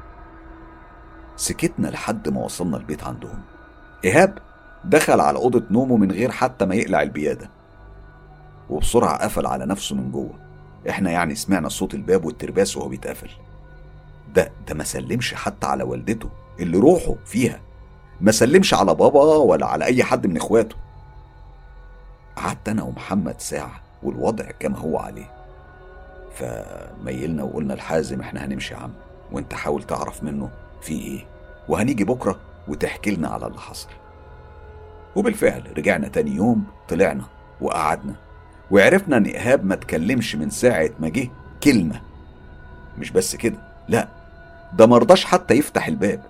سكتنا لحد ما وصلنا البيت عندهم. إيهاب دخل على أوضة نومه من غير حتى ما يقلع البيادة، وبسرعة قفل على نفسه من جوه. احنا يعني سمعنا صوت الباب والترباس وهو بيتقفل. ده ما سلمش حتى على والدته اللي روحه فيها، ما سلمش على بابا ولا على أي حد من إخواته. قعدت أنا ومحمد ساعة والوضع كما هو عليه، فميلنا وقلنا لحازم: احنا هنمشي يا عم، وانت حاول تعرف منه في ايه، وهنيجي بكرة وتحكي لنا على اللي حصل. وبالفعل رجعنا تاني يوم، طلعنا وقعدنا، وعرفنا ان إيهاب ما تكلمش من ساعة ما جه كلمة. مش بس كده، لا، ده مرضاش حتى يفتح الباب.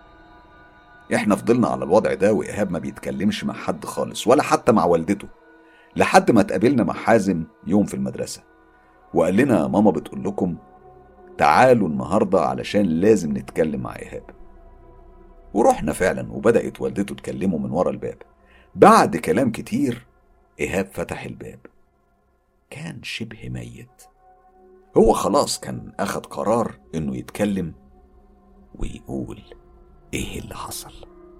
احنا فضلنا على الوضع ده، وإيهاب ما بيتكلمش مع حد خالص ولا حتى مع والدته، لحد ما اتقابلنا مع حازم يوم في المدرسة، وقال لنا: ماما بتقول لكم تعالوا النهاردة علشان لازم نتكلم مع إيهاب. ورحنا فعلا، وبدأت والدته تكلمه من ورا الباب. بعد كلام كتير إيهاب فتح الباب. كان شبه ميت. هو خلاص كان أخد قرار إنه يتكلم ويقول إيه اللي حصل.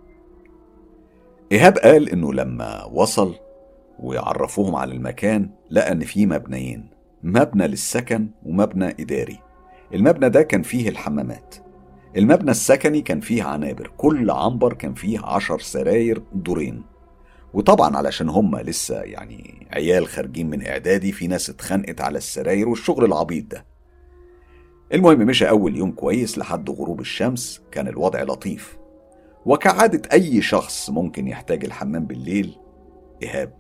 إيهاب قال إنه لما وصل ويعرفوهم على المكان لقى إن فيه مبنيين، مبنى للسكن ومبنى إداري. المبنى ده كان فيه الحمامات، المبنى السكني كان فيه عنابر، كل عنبر كان فيه 10 سراير دورين. وطبعا علشان هم لسه يعني عيال خارجين من إعدادي، في ناس اتخنقت على السراير والشغل العبيط ده. المهم مشى أول يوم كويس لحد غروب الشمس، كان الوضع لطيف، وكعادة أي شخص ممكن يحتاج الحمام بالليل. إيهاب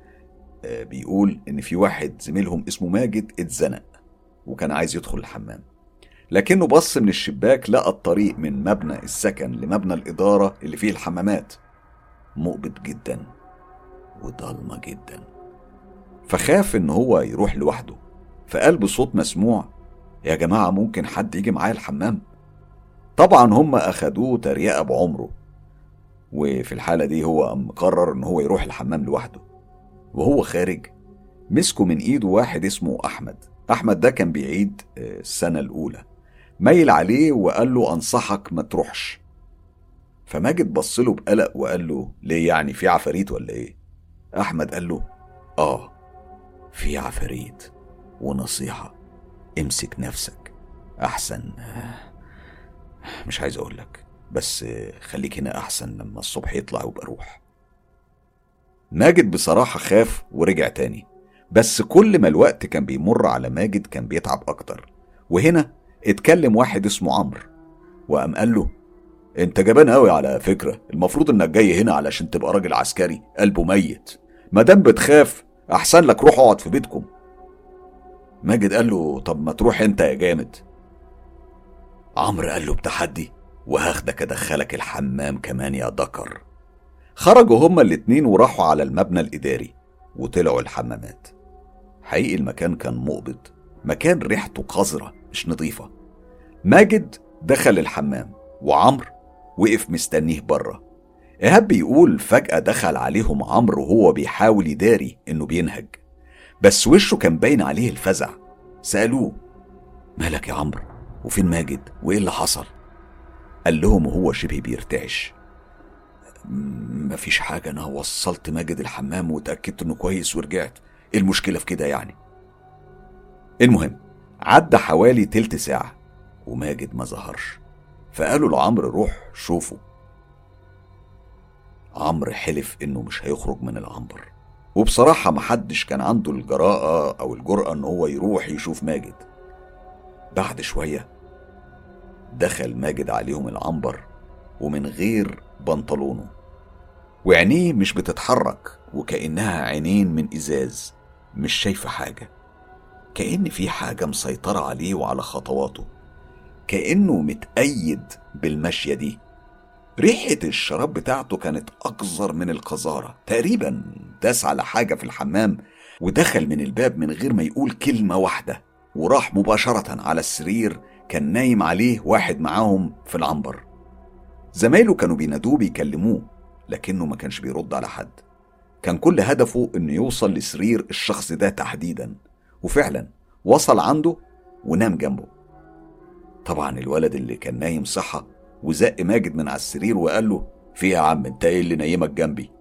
بيقول إن في واحد زميلهم اسمه ماجد اتزنق وكان عايز يدخل الحمام، لكنه بص من الشباك لقى الطريق من مبنى السكن لمبنى الإدارة اللي فيه الحمامات مقبض جدا وضلمة جدا، فخاف إن هو يروح لوحده، فقال بصوت مسموع: يا جماعة ممكن حد يجي معايا الحمام؟ طبعا هم أخدوه تريقة بعمره، وفي الحالة دي هو مقرر إن هو يروح الحمام لوحده. وهو خارج مسكه من إيده واحد اسمه أحمد. أحمد ده كان بيعيد السنة الأولى، ميل عليه وقال له: أنصحك ما تروحش. فماجد بصله بقلق وقال له: ليه يعني، في عفاريت ولا إيه؟ أحمد قال له: في عفاريت، ونصيحة امسك نفسك أحسن. مش عايز أقولك، بس خليك هنا أحسن، لما الصبح يطلع وبقى روح. ماجد بصراحة خاف ورجع تاني، بس كل ما الوقت كان بيمر على ماجد كان بيتعب أكتر. وهنا اتكلم واحد اسمه عمرو وقام قال له: انت جبان قوي على فكرة، المفروض انك جاي هنا علشان تبقى راجل عسكري قلبه ميت، مادام بتخاف احسن لك روح اقعد في بيتكم. ماجد قال له: طب ما تروح انت يا جامد. عمرو قال له بتحدي: وهاخدك ادخلك الحمام كمان يا دكر. خرجوا هما الاتنين وراحوا على المبنى الاداري وطلعوا الحمامات. حقيقي المكان كان مقبض، مكان ريحته قذرة مش نظيفة. ماجد دخل الحمام وعمرو وقف مستنيه بره. إيهاب بيقول فجأة دخل عليهم عمرو وهو بيحاول يداري إنه بينهج، بس وشه كان باين عليه الفزع. سألوه: مالك يا عمرو؟ وفين ماجد؟ وإيه اللي حصل؟ قال لهم وهو شبه بيرتعش: مفيش حاجة، أنا وصلت ماجد الحمام وتأكدت إنه كويس ورجعت. إيه المشكلة في كده يعني؟ المهم عدى حوالي تلت ساعة وماجد ما ظهرش، فقالوا لعمرو: روح شوفه. عمرو حلف إنه مش هيخرج من العنبر، وبصراحة محدش كان عنده الجراءة أو الجرأة إن هو يروح يشوف ماجد. بعد شوية دخل ماجد عليهم العنبر ومن غير بنطلونه، وعينيه مش بتتحرك وكأنها عينين من إزاز، مش شايفة حاجة، كأن في حاجة مسيطرة عليه وعلى خطواته، كأنه متأيد بالمشية دي. ريحة الشراب بتاعته كانت أقذر من القذارة، تقريبا داس على حاجة في الحمام ودخل من الباب من غير ما يقول كلمة واحدة، وراح مباشرة على السرير كان نايم عليه واحد معاهم في العنبر. زمايله كانوا بينادوه بيكلموه لكنه ما كانش بيرد على حد، كان كل هدفه انه يوصل لسرير الشخص ده تحديدا، وفعلا وصل عنده ونام جنبه. طبعا الولد اللي كان نايم صحى وزق ماجد من على السرير وقال له: في يا عم انت ايه اللي نايمك جنبي؟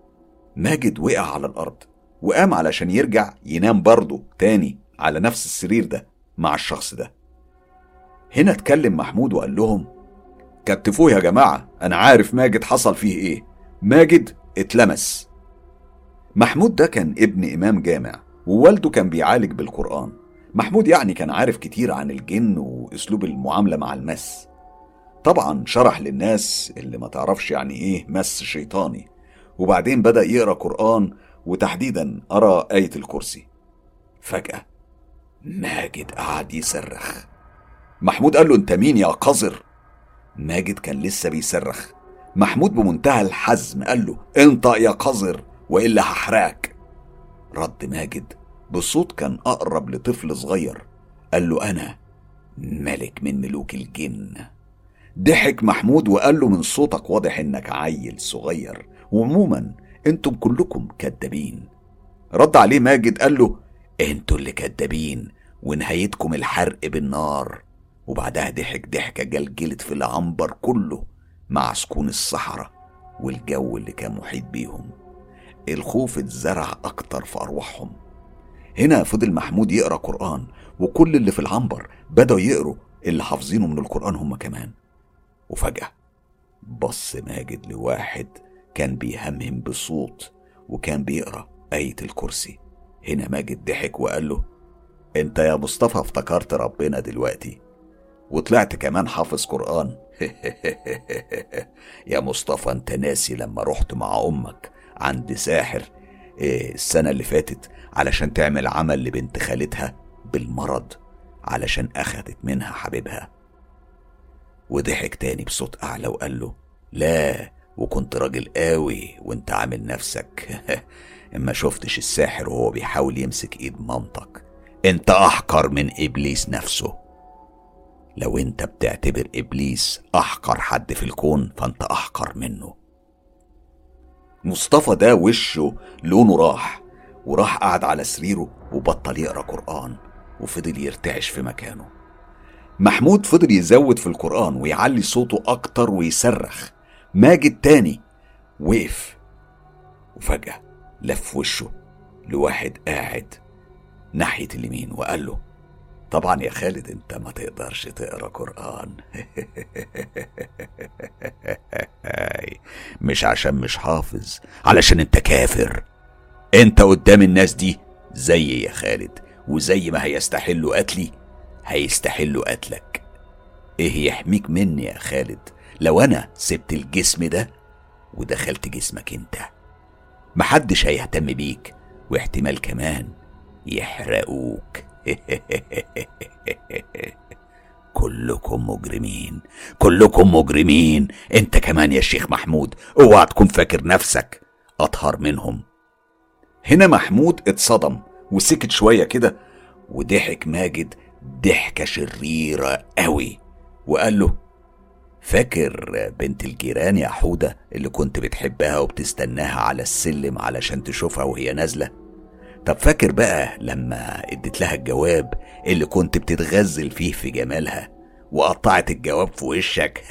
ماجد وقع على الارض وقام علشان يرجع ينام برضه تاني على نفس السرير ده مع الشخص ده. هنا اتكلم محمود وقال لهم: كتفوه يا جماعة، انا عارف ماجد حصل فيه ايه، ماجد اتلمس. محمود ده كان ابن امام جامع ووالده كان بيعالج بالقرآن. محمود يعني كان عارف كتير عن الجن واسلوب المعاملة مع المس. طبعا شرح للناس اللي ما تعرفش يعني ايه مس شيطاني، وبعدين بدأ يقرأ قرآن وتحديدا قرأ آية الكرسي. فجأة ماجد قعد يصرخ. محمود قال له: انت مين يا قذر؟ ماجد كان لسه بيصرخ. محمود بمنتهى الحزم قال له: انطق يا قذر وإلا هحرقك. رد ماجد بصوت كان أقرب لطفل صغير، قال له: أنا ملك من ملوك الجن. ضحك محمود وقال له: من صوتك واضح انك عيل صغير، وعموما انتم كلكم كدابين. رد عليه ماجد قال له: انتوا اللي كدابين ونهايتكم الحرق بالنار. وبعدها ضحك ضحكة جلجلت في العنبر كله مع سكون الصحراء والجو اللي كان محيط بيهم. الخوف اتزرع اكتر في ارواحهم. هنا فضل محمود يقرأ قرآن وكل اللي في العنبر بدأوا يقروا اللي حافظينه من القرآن هم كمان. وفجأة بص ماجد لواحد كان بيهمهم بصوت وكان بيقرأ آية الكرسي. هنا ماجد ضحك وقال له: انت يا مصطفى افتكرت ربنا دلوقتي وطلعت كمان حافظ قرآن؟ يا مصطفى انت ناسي لما رحت مع امك عند ساحر السنة اللي فاتت علشان تعمل عمل لبنت خالتها بالمرض علشان اخدت منها حبيبها؟ وضحك تاني بصوت اعلى وقال له: لا، وكنت راجل قوي وانت عامل نفسك اما شفتش الساحر وهو بيحاول يمسك ايد مامتك. انت احقر من ابليس نفسه. لو انت بتعتبر ابليس احقر حد في الكون فانت احقر منه. مصطفى ده وشه لونه وراح قعد على سريره وبطل يقرأ قرآن وفضل يرتعش في مكانه. محمود فضل يزود في القرآن ويعلي صوته اكتر ويصرخ. ماجد تاني وقف وفجأة لف وشه لواحد قاعد ناحية اليمين وقال له: طبعا يا خالد انت ما تقدرش تقرأ قرآن. مش عشان مش حافظ، علشان انت كافر. انت قدام الناس دي زي يا خالد، وزي ما هيستحلوا قتلي هيستحلوا قتلك. ايه يحميك مني يا خالد لو انا سبت الجسم ده ودخلت جسمك انت؟ محدش هيهتم بيك، واحتمال كمان يحرقوك. كلكم مجرمين، كلكم مجرمين. انت كمان يا شيخ محمود، اوعى تكون فاكر نفسك اطهر منهم. هنا محمود اتصدم وسكت شوية كده، وضحك ماجد ضحكة شريرة قوي وقال له: فاكر بنت الجيران يا حودة اللي كنت بتحبها وبتستناها على السلم علشان تشوفها وهي نازلة؟ طب فاكر بقى لما اديت لها الجواب اللي كنت بتتغزل فيه في جمالها وقطعت الجواب في وشك؟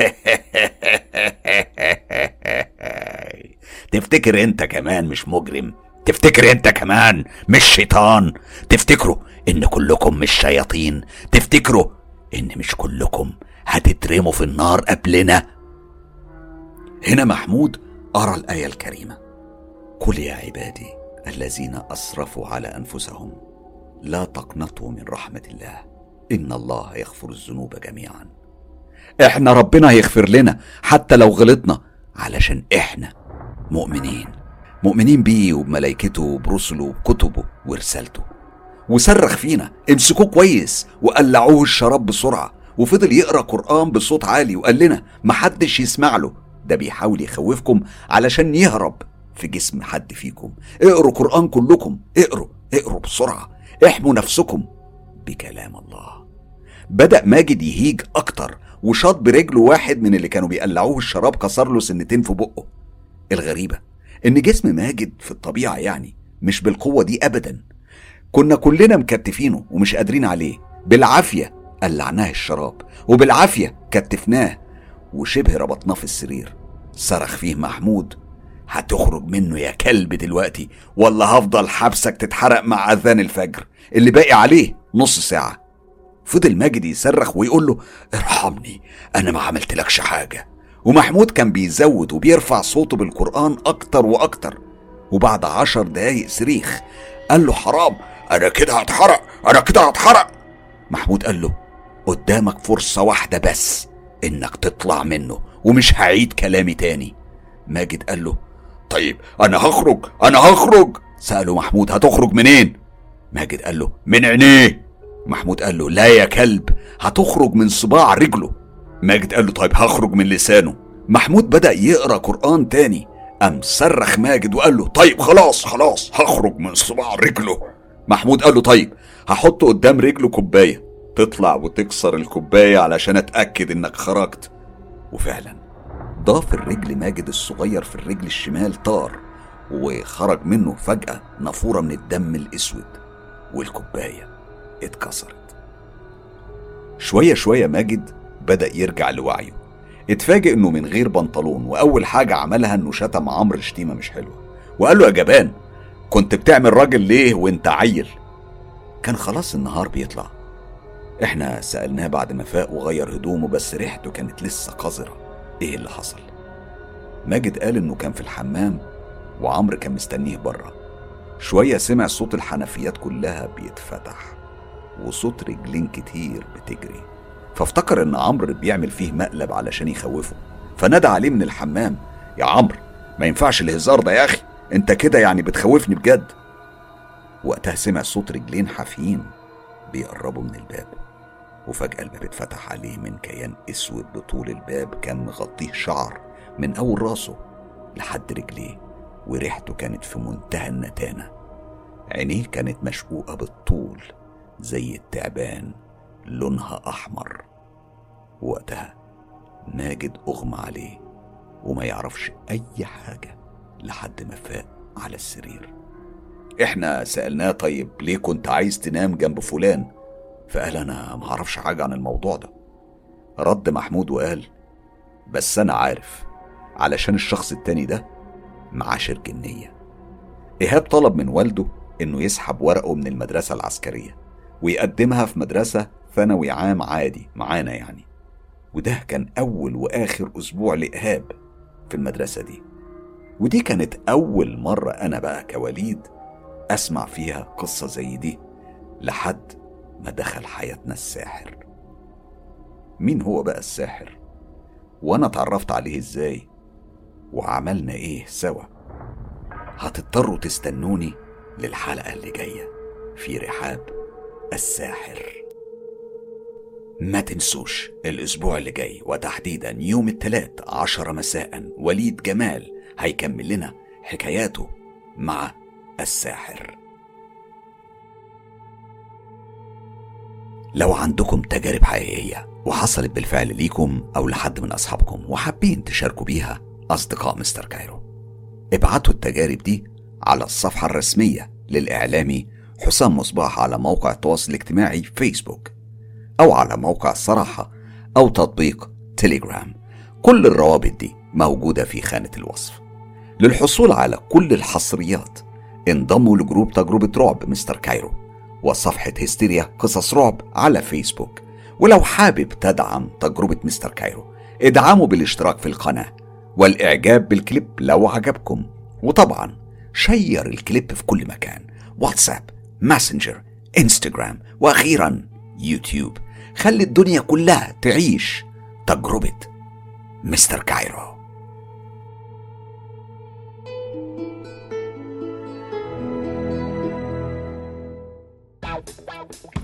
تفتكر انت كمان مش مجرم؟ تفتكر انت كمان مش شيطان؟ تفتكروا ان كلكم مش شياطين؟ تفتكروا ان مش كلكم هتترموا في النار قبلنا؟ هنا محمود قرأ الآية الكريمة: قل يا عبادي الذين أسرفوا على أنفسهم لا تقنطوا من رحمة الله إن الله يغفر الذنوب جميعا. احنا ربنا هيغفر لنا حتى لو غلطنا، علشان احنا مؤمنين بيه وبملائكته وبرسله وبكتبه ورسالته. وصرخ فينا: امسكوه كويس وقلعوه الشراب بسرعة. وفضل يقرأ قرآن بصوت عالي وقال لنا محدش يسمع له، ده بيحاول يخوفكم علشان يهرب في جسم حد فيكم. اقروا قرآن كلكم، اقروا بسرعة، احموا نفسكم بكلام الله. بدأ ماجد يهيج اكتر وشاط برجله واحد من اللي كانوا بيقلعوه الشراب، كسر له سنتين في بقه. الغريبة ان جسم ماجد في الطبيعة يعني مش بالقوة دي ابدا. كنا كلنا مكتفينه ومش قادرين عليه، بالعافية قلعناه الشراب وبالعافية كتفناه وشبه ربطناه في السرير. صرخ فيه محمود: هتخرج منه يا كلب دلوقتي ولا هفضل حبسك تتحرق مع اذان الفجر اللي باقي عليه نص ساعة. فضل ماجد يصرخ ويقول له: ارحمني، انا ما عملتلكش حاجة. ومحمود كان بيزود وبيرفع صوته بالقرآن اكتر واكتر. وبعد 10 دقايق صريخ قال له: حرام، انا كده هتحرق. محمود قال له: قدامك فرصة واحدة بس انك تطلع منه ومش هعيد كلامي تاني. ماجد قال له: طيب انا هخرج. سأله محمود: هتخرج منين؟ ماجد قال له: من عينيه. محمود قال له: لا يا كلب، هتخرج من صباع رجله. ماجد قال له: طيب هخرج من لسانه. محمود بدأ يقرأ قرآن تاني. قام صرخ ماجد وقال له: طيب خلاص هخرج من صباع رجله. محمود قال له: طيب هحط قدام رجله كوباية، تطلع وتكسر الكوباية علشان اتأكد انك خرجت. وفعلا ضاف الرجل ماجد الصغير في الرجل الشمال طار، وخرج منه فجأة نافورة من الدم الاسود، والكوباية اتكسرت. شوية ماجد بدأ يرجع لوعيه. اتفاجئ انه من غير بنطلون، واول حاجة عملها انه شتم عمرو شتيمة مش حلوة وقال له: يا جبان، كنت بتعمل راجل ليه وانت عيل؟ كان خلاص النهار بيطلع. احنا سألناه بعد ما فاق وغير هدومه، بس ريحته كانت لسه قذرة. ايه اللي حصل؟ ماجد قال انه كان في الحمام وعمرو كان مستنيه بره. شوية سمع صوت الحنفيات كلها بيتفتح وصوت رجلين كتير بتجري، فافتكر ان عمرو بيعمل فيه مقلب علشان يخوفه، فنادى عليه من الحمام: يا عمرو، ما ينفعش الهزار ده يا اخي، انت كده يعني بتخوفني بجد. وقتها سمع صوت رجلين حافيين بيقربوا من الباب، وفجأة الباب اتفتح عليه من كيان اسود بطول الباب كان مغطيه شعر من اول راسه لحد رجليه، وريحته كانت في منتهى النتانة. عينيه كانت مشقوقة بالطول زي التعبان، لونها احمر. وقتها ماجد اغمى عليه وما يعرفش اي حاجة لحد ما فاق على السرير. احنا سألناه: طيب ليه كنت عايز تنام جنب فلان؟ فقال: انا ما اعرفش حاجة عن الموضوع ده. رد محمود وقال: بس انا عارف، علشان الشخص التاني ده معاشر جنية. إيهاب طلب من والده انه يسحب ورقه من المدرسة العسكرية ويقدمها في مدرسة ثانوي عام عادي معانا يعني. وده كان اول واخر اسبوع لإيهاب في المدرسة دي. ودي كانت اول مرة انا بقى كوليد أسمع فيها قصة زي دي لحد ما دخل حياتنا الساحر. مين هو بقى الساحر؟ وأنا اتعرفت عليه إزاي؟ وعملنا إيه سوا؟ هتضطروا تستنوني للحلقة اللي جاية في رحاب الساحر. ما تنسوش الأسبوع اللي جاي وتحديدا يوم الثلاث 10 مساء وليد جمال هيكمل لنا حكاياته مع الساحر. لو عندكم تجارب حقيقية وحصلت بالفعل ليكم أو لحد من أصحابكم وحابين تشاركوا بيها أصدقاء مستر كايرو، ابعتوا التجارب دي على الصفحة الرسمية للإعلامي حسام مصباح على موقع التواصل الاجتماعي فيسبوك، أو على موقع الصراحة، أو تطبيق تيليجرام. كل الروابط دي موجودة في خانة الوصف. للحصول على كل الحصريات انضموا لجروب تجربة رعب مستر كايرو وصفحة هستيريا قصص رعب على فيسبوك. ولو حابب تدعم تجربة مستر كايرو ادعموا بالاشتراك في القناة والإعجاب بالكليب لو عجبكم، وطبعا شير الكليب في كل مكان: واتساب، ماسنجر، انستجرام، وأخيرا يوتيوب. خلي الدنيا كلها تعيش تجربة مستر كايرو.